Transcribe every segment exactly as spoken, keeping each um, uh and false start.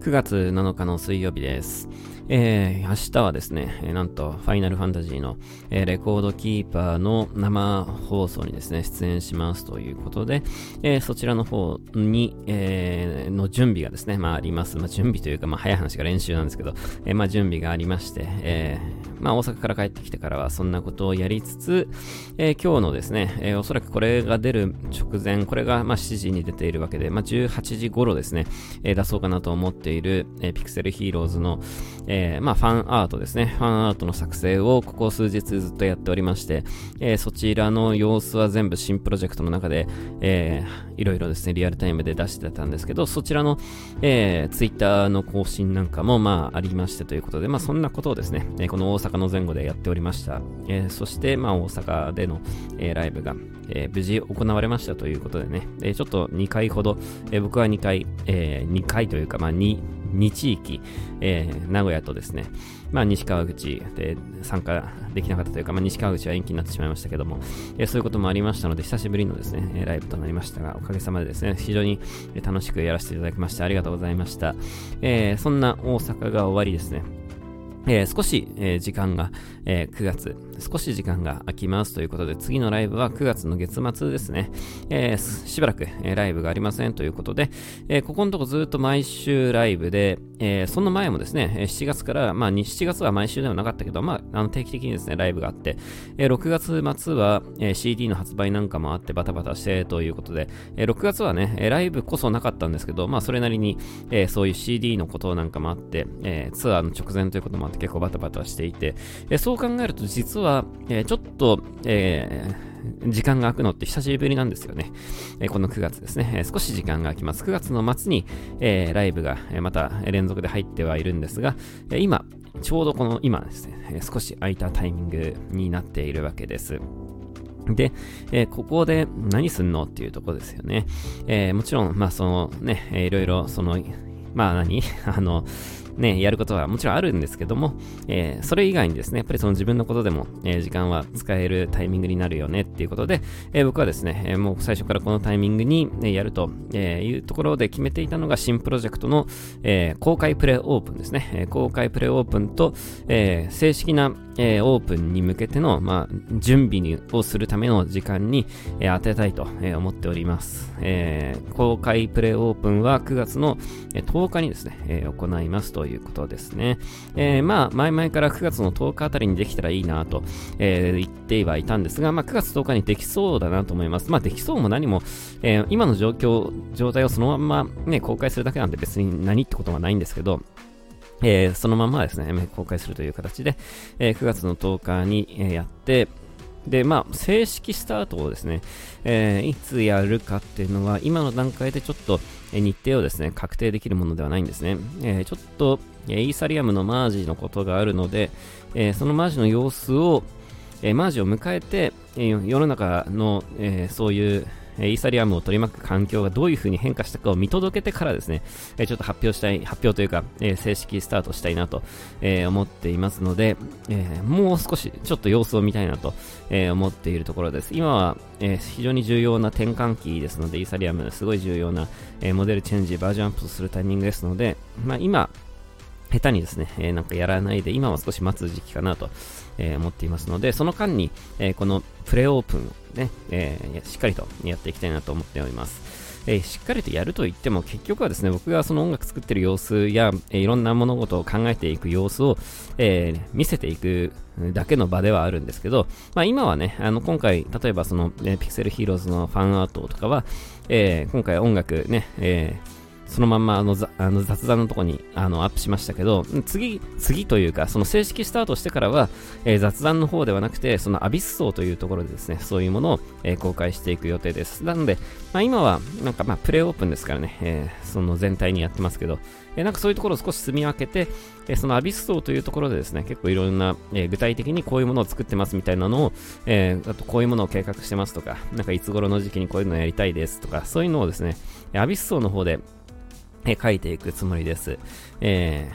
くがつなのかの水曜日です。えー、明日はですね、えー、なんとファイナルファンタジーの、えー、レコードキーパーの生放送にですね、出演しますということで、えー、そちらの方に、えー、の準備がですね、まああります。まあ準備というか、まあ早い話が練習なんですけど、えー、まあ準備がありまして、えー、まあ大阪から帰ってきてからはそんなことをやりつつ、えー、今日のですね、えー、おそらくこれが出る直前、これがまあしちじに出ているわけで、まあじゅうはちじ頃ですね、えー、出そうかなと思っている、えー、ピクセルヒーローズの、えー、まあファンアートですね。ファンアートの作成をここ数日ずっとやっておりまして、えー、そちらの様子は全部新プロジェクトの中で、えー、いろいろですね、リアルタイムで出してたんですけど、そちらの、えー、ツイッターの更新なんかもまあありましてということで、まあそんなことをですね、えー、この大阪の前後でやっておりました。えー、そしてまあ大阪での、えー、ライブが、えー、無事行われましたということでね、えー、ちょっとにかいほど、えー、僕はにかい、えー、にかいというかまあにに地域、えー、名古屋とですね、まあ西川口で参加できなかったというか、まあ西川口は延期になってしまいましたけども、えー、そういうこともありましたので、久しぶりのですね、ライブとなりましたが、おかげさまでですね、非常に楽しくやらせていただきまして、ありがとうございました。えー、そんな大阪が終わりですね、えー、少し、えー、時間が、えー、くがつ、少し時間が空きますということで、次のライブはくがつの月末ですね。えー、しばらく、えー、ライブがありませんということで、えー、ここのとこずっと毎週ライブで、えー、その前もですね、しちがつから、まあ、しちがつは毎週ではなかったけど、まあ、あの定期的にですね、ライブがあって、えー、ろくがつ末は、えー、シーディー の発売なんかもあってバタバタしてということで、えー、ろくがつはね、ライブこそなかったんですけど、まあ、それなりに、えー、そういう シーディー のことなんかもあって、えー、ツアーの直前ということもあって結構バタバタしていて、えー、そう考えると実は、えー、ちょっと、えー、時間が空くのって久しぶりなんですよね。えー、このくがつですね、えー、少し時間が空きます。くがつの末に、えー、ライブが、えー、また連続で入ってはいるんですが、えー、今、ちょうどこの今ですね、えー、少し空いたタイミングになっているわけです。で、えー、ここで何すんのっていうところですよね。えー、もちろん、まあそのね、えー、いろいろその、まあ何あの、ね、やることはもちろんあるんですけども、えー、それ以外にですね、やっぱりその自分のことでも、えー、時間は使えるタイミングになるよねっていうことで、えー、僕はですね、えー、もう最初からこのタイミングに、えー、やると、えー、いうところで決めていたのが新プロジェクトの、えー、公開プレオープンですね。えー、公開プレオープンと、えー、正式な、えー、オープンに向けての、まあ、準備にをするための時間に、えー、当てたいと、えー、思っております。えー、公開プレオープンはくがつのとおかにですね、えー、行いますということですね。えー、まあ、前々からくがつのとおかあたりにできたらいいなと、えー、言ってはいたんですが、まあ、くがつとおかにできそうだなと思います。まあ、できそうも何も、えー、今の状況、状態をそのまんまね、公開するだけなんで別に何ってことはないんですけど、えー、そのままですね、公開するという形で、えー、くがつのとおかに、えー、やって、で、まあ、正式スタートをですね、えー、いつやるかっていうのは、今の段階でちょっと、えー、日程をですね、確定できるものではないんですね。えー、ちょっと、えー、イーサリアムのマージのことがあるので、えー、そのマージの様子を、えー、マージを迎えて、えー、世の中の、えー、そういう、イーサリアムを取り巻く環境がどういう風に変化したかを見届けてからですね、ちょっと発表したい、発表というか、正式スタートしたいなと思っていますので、もう少しちょっと様子を見たいなと思っているところです。今は非常に重要な転換期ですので、イーサリアムすごい重要なモデルチェンジ、バージョンアップするタイミングですので、まあ今、下手にですね、えー、なんかやらないで、今は少し待つ時期かなと、えー、思っていますので、その間に、えー、このプレオープンをね、えー、しっかりとやっていきたいなと思っております。えー、しっかりとやると言っても、結局はですね、僕がその音楽作ってる様子や、えー、いろんな物事を考えていく様子を、えー、見せていくだけの場ではあるんですけど、まあ今はね、あの今回、例えばその、えー、ピクセルヒーローズのファンアートとかは、えー、今回音楽ね、えーそのまんまあのあの雑談のとこにあのアップしましたけど、次、次というか、その正式スタートしてからは、えー、雑談の方ではなくて、そのアビス層というところでですね、そういうものを、えー、公開していく予定です。なので、まあ、今は、なんかまあ、プレオープンですからね、えー、その全体にやってますけど、えー、なんかそういうところを少し住み分けて、えー、そのアビス層というところでですね、結構いろんな、えー、具体的にこういうものを作ってますみたいなのを、えー、あとこういうものを計画してますとか、なんかいつ頃の時期にこういうのをやりたいですとか、そういうのをですね、アビス層の方で、えー、書いていくつもりです。えー、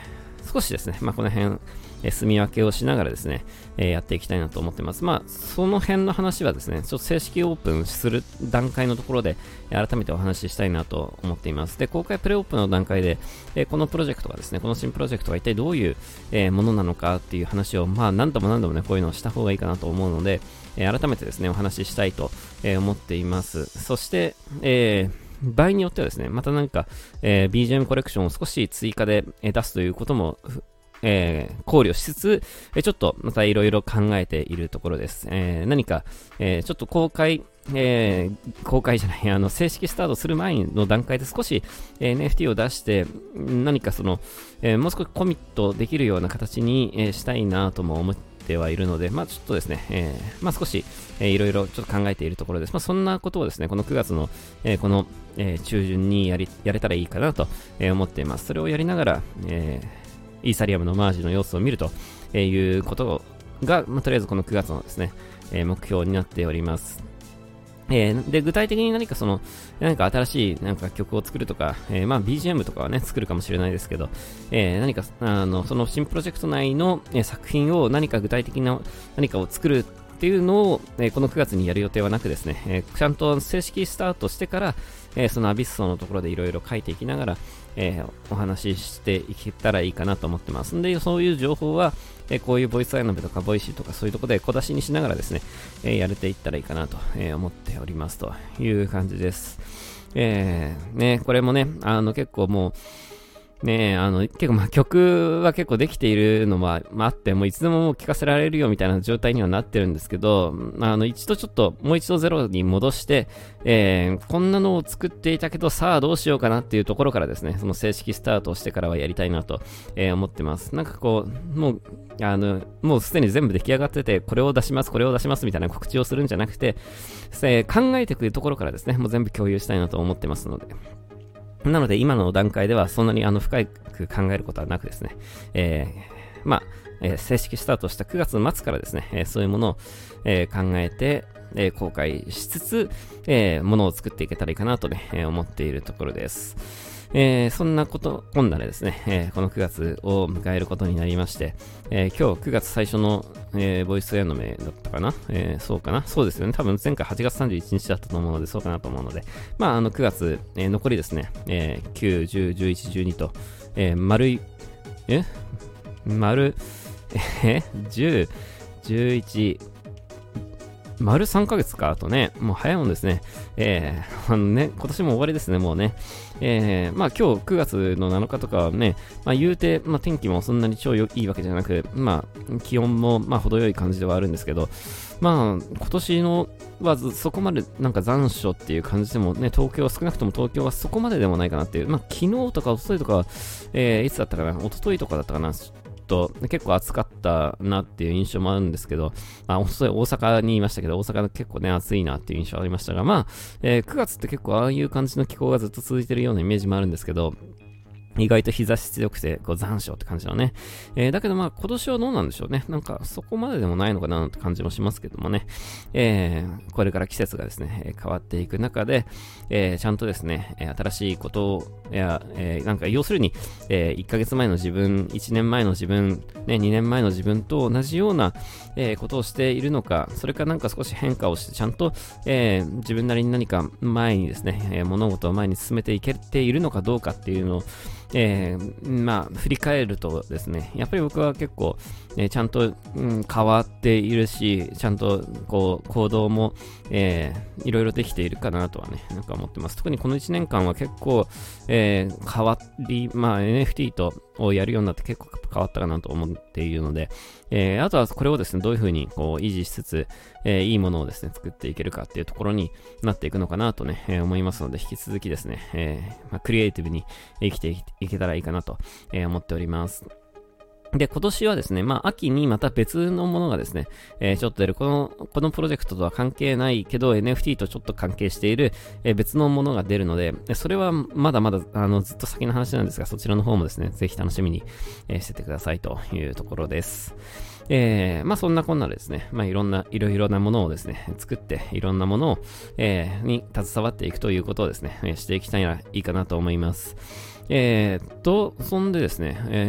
少しですね、まあ、この辺、えー、住み分けをしながらですね、えー、やっていきたいなと思ってます。まあ、その辺の話はですね、ちょっと正式オープンする段階のところで、改めてお話ししたいなと思っています。で、公開プレオープンの段階で、えー、このプロジェクトがですね、この新プロジェクトが一体どういう、えー、ものなのかっていう話を、まあ、何度も何度もね、こういうのをした方がいいかなと思うので、えー、改めてですね、お話ししたいと、えー、思っています。そして、えー場合によってはですね、また何か、えー、ビージーエム コレクションを少し追加で、えー、出すということも、えー、考慮しつつ、えー、ちょっとまたいろいろ考えているところです。えー、何か、えー、ちょっと公開、えー、公開じゃない、あの、正式スタートする前の段階で少し、えー、エヌエフティー を出して、何かその、えー、もう少しコミットできるような形に、えー、したいなとも思っててはいるので、まあちょっとですね、えー、まあ少し、えー、いろいろちょっと考えているところです。まあそんなことをですね、このくがつの、えー、この、えー、中旬にやり、やれたらいいかなと、えー、思っています。それをやりながら、えー、イーサリアムのマージの様子を見るということが、まあとりあえずこのくがつのですね、えー、目標になっております。えー、で、具体的に何かその、何か新しいなんか曲を作るとか、えー、まあ ビージーエム とかはね、作るかもしれないですけど、えー、何か、あの、その新プロジェクト内の、えー、作品を何か具体的な何かを作るっていうのを、えー、このくがつにやる予定はなくですね、えー、ちゃんと正式スタートしてから、えー、そのアビスソのところでいろいろ書いていきながら、えー、お話ししていけたらいいかなと思ってますんで、そういう情報は、えー、こういうボイスアイノベとかボイシーとかそういうところで小出しにしながらですね、えー、やれていったらいいかなと、えー、思っておりますという感じです。えー、ね、これもね、あの結構もう、ねえ、あの、結構まあ曲は結構できているのは、まあ、あって、もういつでももう聴かせられるよみたいな状態にはなってるんですけど、あの、一度ちょっと、もう一度ゼロに戻して、えー、こんなのを作っていたけど、さあどうしようかなっていうところからですね、その正式スタートをしてからはやりたいなと、えー、思ってます。なんかこう、もう、あの、もうすでに全部出来上がってて、これを出します、これを出しますみたいな告知をするんじゃなくて、えー、考えていくところからですね、もう全部共有したいなと思ってますので、なので今の段階ではそんなにあの深く考えることはなくですね、えー、まあ、えー、正式スタートしたくがつ末からですね、えー、そういうものを、えー、考えて、えー、公開しつつ、えー、ものを作っていけたらいいかなとね、えー、思っているところです。えー、そんなこと、こんなでですね、えー、このくがつを迎えることになりまして、えー、今日くがつ最初の、えー、ボイスエノメだったかな、えー、そうかなそうですよね。多分前回はちがつさんじゅういちにちだったと思うので、そうかなと思うので、まあ、あのくがつ、えー、残りですね、えー、きゅう、じゅう、じゅういち、じゅうにと、えー、丸い、え丸、えじゅう、じゅういち、丸さんかげつか、あとね、もう早いもんですね。えー、あのね、今年も終わりですね、もうね。えー、まあ今日くがつのなのかとかはね、まあ言うて、まあ天気もそんなに超いいわけじゃなく、まあ気温もまあ程よい感じではあるんですけど、まあ今年のはそこまでなんか残暑っていう感じでもね、東京は少なくとも東京はそこまででもないかなっていう、まあ昨日とかおとといとか、えー、いつだったかな、おとといとかだったかな、と結構暑かったなっていう印象もあるんですけど、まあ、大阪にいましたけど、大阪結構ね、暑いなっていう印象ありましたが、まあ、えー、くがつって結構ああいう感じの気候がずっと続いてるようなイメージもあるんですけど、意外と日差し強くて、こう残暑って感じのね。えー、だけどまあ今年はどうなんでしょうね。なんかそこまででもないのかなって感じもしますけどもね。えー、これから季節がですね、変わっていく中で、えー、ちゃんとですね、新しいことや、えー、なんか要するに、えー、いっかげつまえの自分、いちねんまえの自分、ね、にねんまえの自分と同じような、えー、ことをしているのか、それかなんか少し変化をして、ちゃんと、えー、自分なりに何か前にですね、えー、物事を前に進めていけているのかどうかっていうのを、えー、まあ、振り返るとですね、やっぱり僕は結構、えー、ちゃんと、うん、変わっているし、ちゃんと、こう、行動も、えー、いろいろできているかなとはね、なんか思ってます。特にこのいちねんかんは結構、えー、変わり、まあ、エヌエフティー と、をやるようになって結構変わったかなと思っているので、えー、あとはこれをですね、どういう風にこう維持しつつ、えー、いいものをですね、作っていけるかっていうところになっていくのかなとね、えー、思いますので、引き続きですね、えーまあ、クリエイティブに生きていけたらいいかなと、えー、思っております。で、今年はですね、まあ、秋にまた別のものがですね、えー、ちょっと出る、この、このプロジェクトとは関係ないけど、エヌエフティー とちょっと関係している、えー、別のものが出るので、それはまだまだ、あの、ずっと先の話なんですが、そちらの方もですね、ぜひ楽しみに、えー、しててくださいというところです。えー、まあそんなこんなでですね、まあいろんな、いろいろなものをですね、作って、いろんなものを、えー、に携わっていくということをですね、えー、していきたいらいいかなと思います。えー、と、そんでですね、えー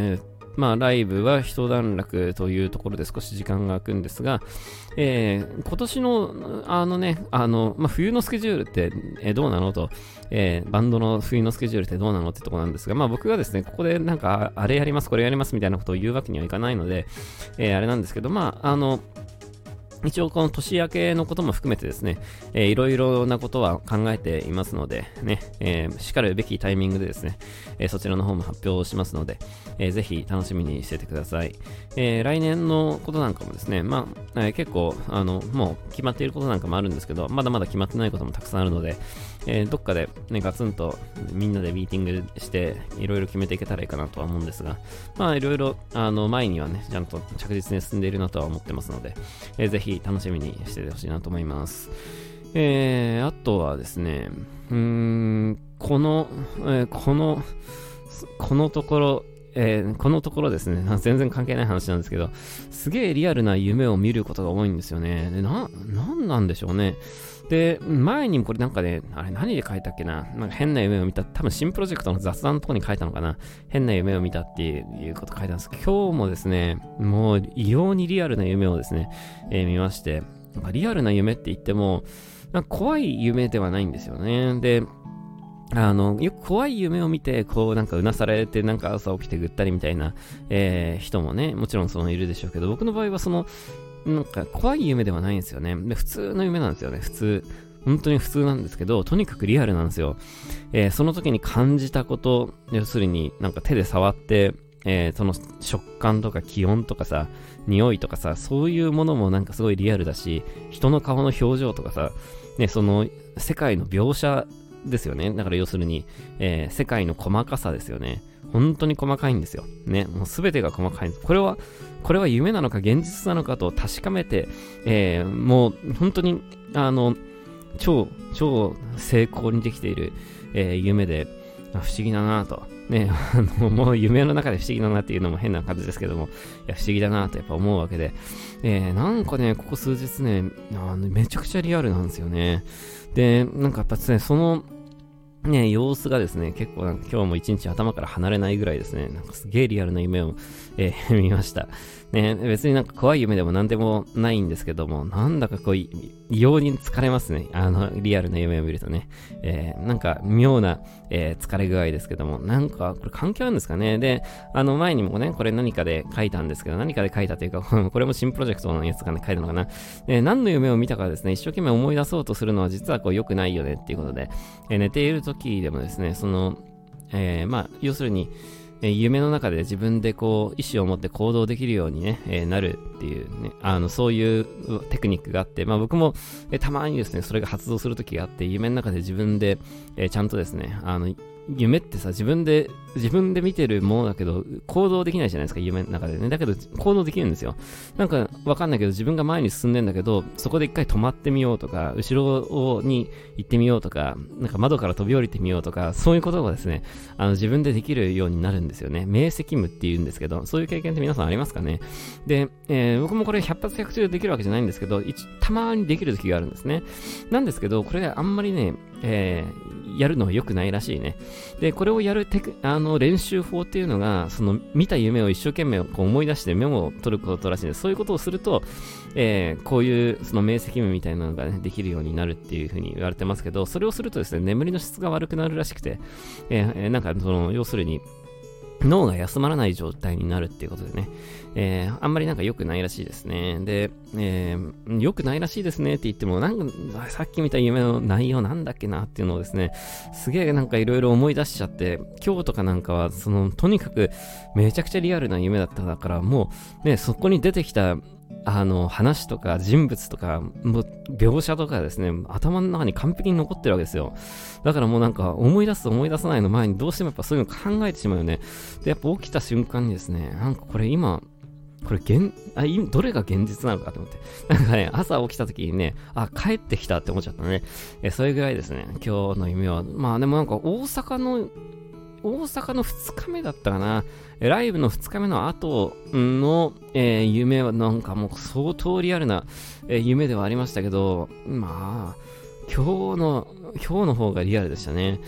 まあライブは一段落というところで少し時間が空くんですが、えー、今年のあのね、あの、まあ冬のスケジュールって、えー、どうなのと、えー、バンドの冬のスケジュールってどうなのってところなんですが、まあ僕がですね、ここでなんかあれやりますこれやりますみたいなことを言うわけにはいかないので、えー、あれなんですけど、まああの一応この年明けのことも含めてですね、えー、いろいろなことは考えていますので、ね、えー、しかるべきタイミングでですね、えー、そちらの方も発表しますので、えー、ぜひ楽しみにしててください。えー、来年のことなんかもですね、まあ、えー、結構、あの、もう決まっていることなんかもあるんですけど、まだまだ決まってないこともたくさんあるので、えー、どっかでね、ガツンとみんなでミーティングして、いろいろ決めていけたらいいかなとは思うんですが、まあ、いろいろ、あの、前にはね、ちゃんと着実に進んでいるなとは思ってますので、えー、ぜひ楽しみにしててほしいなと思います。えー、あとはですね、うーん、この、えー、この、このところ、えー、このところですね、全然関係ない話なんですけど、すげえリアルな夢を見ることが多いんですよね。で、な、なんなんでしょうね。で、前にもこれなんかね、あれ何で書いたっけな、なんか変な夢を見た、多分新プロジェクトの雑談のところに書いたのかな、変な夢を見たっていうこと書いたんですけど、今日もですね、もう異様にリアルな夢をですね、えー、見まして、なんかリアルな夢って言っても、なんか怖い夢ではないんですよね。で、あの、よく怖い夢を見て、こうなんかうなされて、なんか朝起きてぐったりみたいな、えー、人もね、もちろんそのいるでしょうけど、僕の場合はその、なんか怖い夢ではないんですよね。で、普通の夢なんですよね。普通。本当に普通なんですけど、とにかくリアルなんですよ。えー、その時に感じたこと、要するになんか手で触って、えー、その食感とか気温とかさ、匂いとかさ、そういうものもなんかすごいリアルだし、人の顔の表情とかさ、ね、その世界の描写ですよね。だから要するに、えー、世界の細かさですよね。本当に細かいんですよ。ね、もうすべてが細かいんです。これは、これは夢なのか現実なのかと確かめて、えー、もう本当に、あの、超、超成功にできている、えー、夢で、不思議だなと。ね、あの、もう夢の中で不思議だなっていうのも変な感じですけども、いや、不思議だなとやっぱ思うわけで、えー、なんかね、ここ数日ね、あのめちゃくちゃリアルなんですよね。で、なんかやっぱですね、その、ね、様子がですね、結構なんか今日も一日頭から離れないぐらいですね、なんかすげえリアルな夢を、えー、見ました。ね、別になんか怖い夢でもなんでもないんですけども、なんだかこう、異様に疲れますね。あの、リアルな夢を見るとね。えー、なんか妙な、えー、疲れ具合ですけども、なんかこれ関係あるんですかね。で、あの前にもね、これ何かで書いたんですけど、何かで書いたというか、これも新プロジェクトのやつがね、書いたのかな。えー、何の夢を見たかですね、一生懸命思い出そうとするのは実はこう良くないよねっていうことで、えー、寝ている時でもですね、その、えー、まあ、要するに、えー、夢の中で自分でこう意思を持って行動できるようにね、えー、なるっていうね、あのそういうテクニックがあって、まあ僕も、えー、たまにですね、それが発動するときがあって、夢の中で自分で、えー、ちゃんとですね、あの夢ってさ、自分で、自分で見てるものだけど、行動できないじゃないですか、夢の中でね。だけど、行動できるんですよ。なんか、わかんないけど、自分が前に進んでんだけど、そこで一回止まってみようとか、後ろに行ってみようとか、なんか窓から飛び降りてみようとか、そういうことがですね、あの、自分でできるようになるんですよね。明晰夢って言うんですけど、そういう経験って皆さんありますかね。で、えー、僕もこれ百発百中できるわけじゃないんですけど、たまにできる時があるんですね。なんですけど、これあんまりね、えー、やるのは良くないらしいね。で、これをやるテク、あの、練習法っていうのが、その、見た夢を一生懸命こう思い出してメモを取ることらしいんです。そういうことをすると、えー、こういう、その明晰夢みたいなのがね、できるようになるっていうふうに言われてますけど、それをするとですね、眠りの質が悪くなるらしくて、えー、なんか、その、要するに、脳が休まらない状態になるっていうことでね、えー、あんまりなんか良くないらしいですね。で、えー、良くないらしいですねって言っても、なんかさっき見た夢の内容なんだっけなっていうのをですね、すげえなんかいろいろ思い出しちゃって、今日とかなんかは、その、とにかくめちゃくちゃリアルな夢だったから、もうね、そこに出てきた、あの、話とか人物とか、描写とかですね、頭の中に完璧に残ってるわけですよ。だからもうなんか思い出す思い出さないの前にどうしてもやっぱそういうの考えてしまうよね。で、やっぱ起きた瞬間にですね、なんかこれ今、これ現、あ、どれが現実なのかと思って。なんかね、朝起きた時にね、あ、帰ってきたって思っちゃったね。え、それぐらいですね、今日の夢は。まあでもなんか大阪の、大阪のふつかめだったかな。ライブのふつかめの後の、えー、夢はなんかもう相当リアルな、えー、夢ではありましたけど、まあ、今日の、今日の方がリアルでしたね。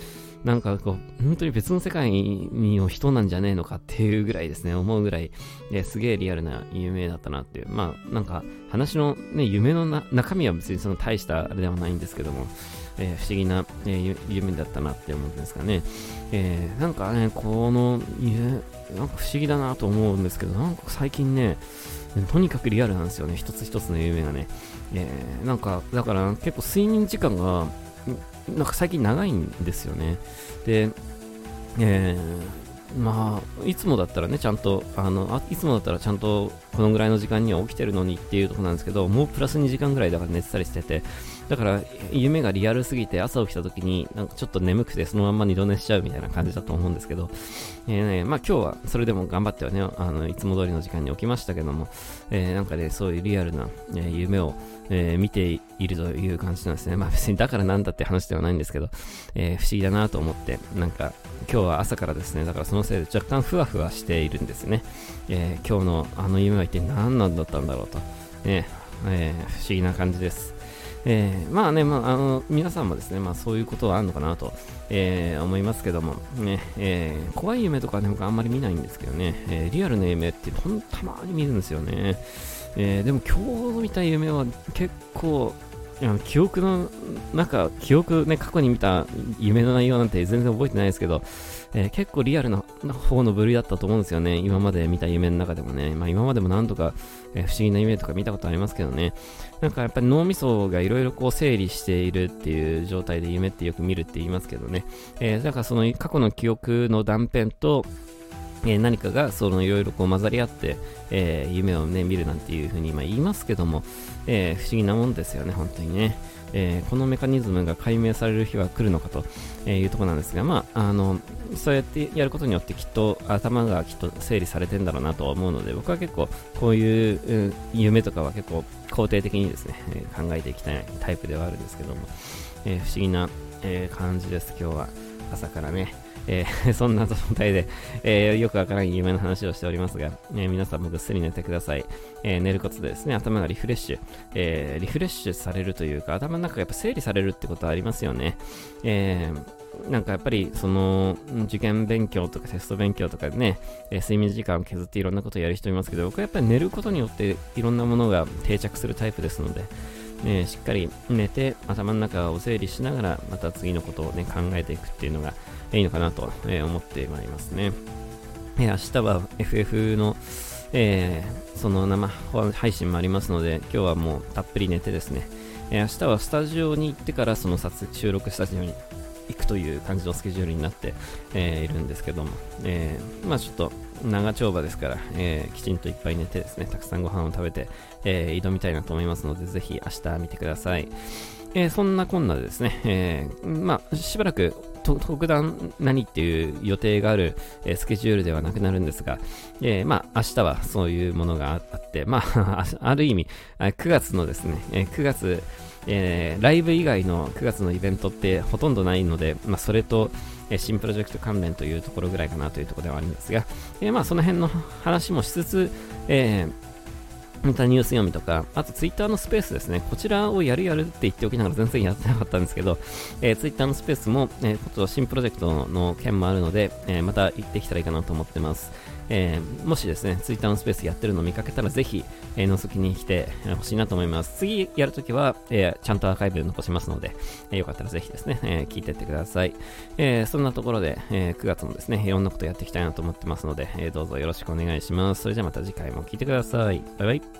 なんかこう、本当に別の世界の人なんじゃねえのかっていうぐらいですね、思うぐらい、えー、すげえリアルな夢だったなっていう。まあ、なんか、話のね、夢のな中身は別にその大したあれではないんですけども、えー、不思議な、えー、夢だったなって思うんですかね。えー、なんかね、この夢、なんか不思議だなと思うんですけど、なんか最近ね、とにかくリアルなんですよね、一つ一つの夢がね。えー、なんか、だから結構睡眠時間が、なんか最近長いんですよね。で、えー、まあ、いつもだったらね、ちゃんと、あの、あいつもだったらちゃんとこのぐらいの時間には起きてるのにっていうところなんですけど、もうプラスにじかんぐらいだから寝てたりしてて、だから夢がリアルすぎて朝起きた時になんかちょっと眠くてそのまんま二度寝しちゃうみたいな感じだと思うんですけど、えーね、まあ今日はそれでも頑張ってはね、あのいつも通りの時間に起きましたけども、えー、なんかね、そういうリアルな、えー、夢を、えー、見ているという感じなんですね。まあ別にだからなんだって話ではないんですけど、えー、不思議だなと思って、なんか今日は朝からですね、だからそのせいで若干ふわふわしているんですね。えー、今日のあの夢は一体何なんだったんだろうと、ねえー、不思議な感じです。えー、まあね、まあ、あの皆さんもですね、まあ、そういうことはあるのかなと、えー、思いますけども、ねえー、怖い夢とかね、僕あんまり見ないんですけどね、えー、リアルな夢ってほんたまに見るんですよね。えー、でも今日見た夢は結構、あの記憶の中、記憶ね、過去に見た夢の内容なんて全然覚えてないですけど、えー、結構リアルな方の部類だったと思うんですよね。今まで見た夢の中でもね。まあ今までも何とか、えー、不思議な夢とか見たことありますけどね。なんかやっぱり脳みそがいろいろこう整理しているっていう状態で夢ってよく見るって言いますけどね。えー、だからその過去の記憶の断片と、えー、何かがそのいろいろこう混ざり合って、えー、夢をね見るなんていうふうに今言いますけども、えー、不思議なもんですよね、本当にね。えー、このメカニズムが解明される日は来るのかというところなんですが、まあ、あのそうやってやることによってきっと頭がきっと整理されてんだろうなと思うので、僕は結構こういう、うん、夢とかは結構肯定的にですね、えー、考えていきたいタイプではあるんですけども、えー、不思議な、えー、感じです。今日は朝からね、えー、そんな状態で、えー、よくわからん夢の話をしておりますが、えー、皆さんもぐっすり寝てください。えー、寝ることでですね、頭がリフレッシュ、えー、リフレッシュされるというか、頭の中がやっぱ整理されるってことはありますよね。えー、なんかやっぱりその受験勉強とかテスト勉強とかでね、えー、睡眠時間を削っていろんなことをやる人いますけど、僕はやっぱり寝ることによっていろんなものが定着するタイプですので、ね、しっかり寝て頭の中を整理しながらまた次のことをね考えていくっていうのがいいのかなと、えー、思ってまいりますね。えー、明日は エフエフ の、えー、その生配信もありますので、今日はもうたっぷり寝てですね、えー、明日はスタジオに行ってからその撮収録スタジオに行くという感じのスケジュールになって、えー、いるんですけども、えー、まあちょっと長丁場ですから、えー、きちんといっぱい寝てですね、たくさんご飯を食べて、えー、挑みたいなと思いますので、ぜひ明日見てください。えー、そんなこんなでですね、えー、まあしばらく特段何っていう予定がある、えー、スケジュールではなくなるんですが、えー、まあ明日はそういうものがあって、まあある意味くがつのですね、えー、くがつ、えー、ライブ以外のくがつのイベントってほとんどないので、まあそれと、えー、新プロジェクト関連というところぐらいかなというところではあるんですが、えー、まあその辺の話もしつつ、えーまたニュース読みとか、あとツイッターのスペースですね。こちらをやるやるって言っておきながら全然やってなかったんですけど、えー、ツイッターのスペースも、えー、ちょっと新プロジェクトの件もあるので、えー、また行ってきたらいいかなと思ってます。えー、もしですね、ツイッターのスペースやってるのを見かけたらぜひ、えー、覗きに来てほしいなと思います。次やるときは、えー、ちゃんとアーカイブで残しますので、えー、よかったらぜひですね、えー、聞いてってください。えー、そんなところで、えー、くがつもですね、いろんなことやっていきたいなと思ってますので、えー、どうぞよろしくお願いします。それじゃあまた次回も聞いてください。バイバイ。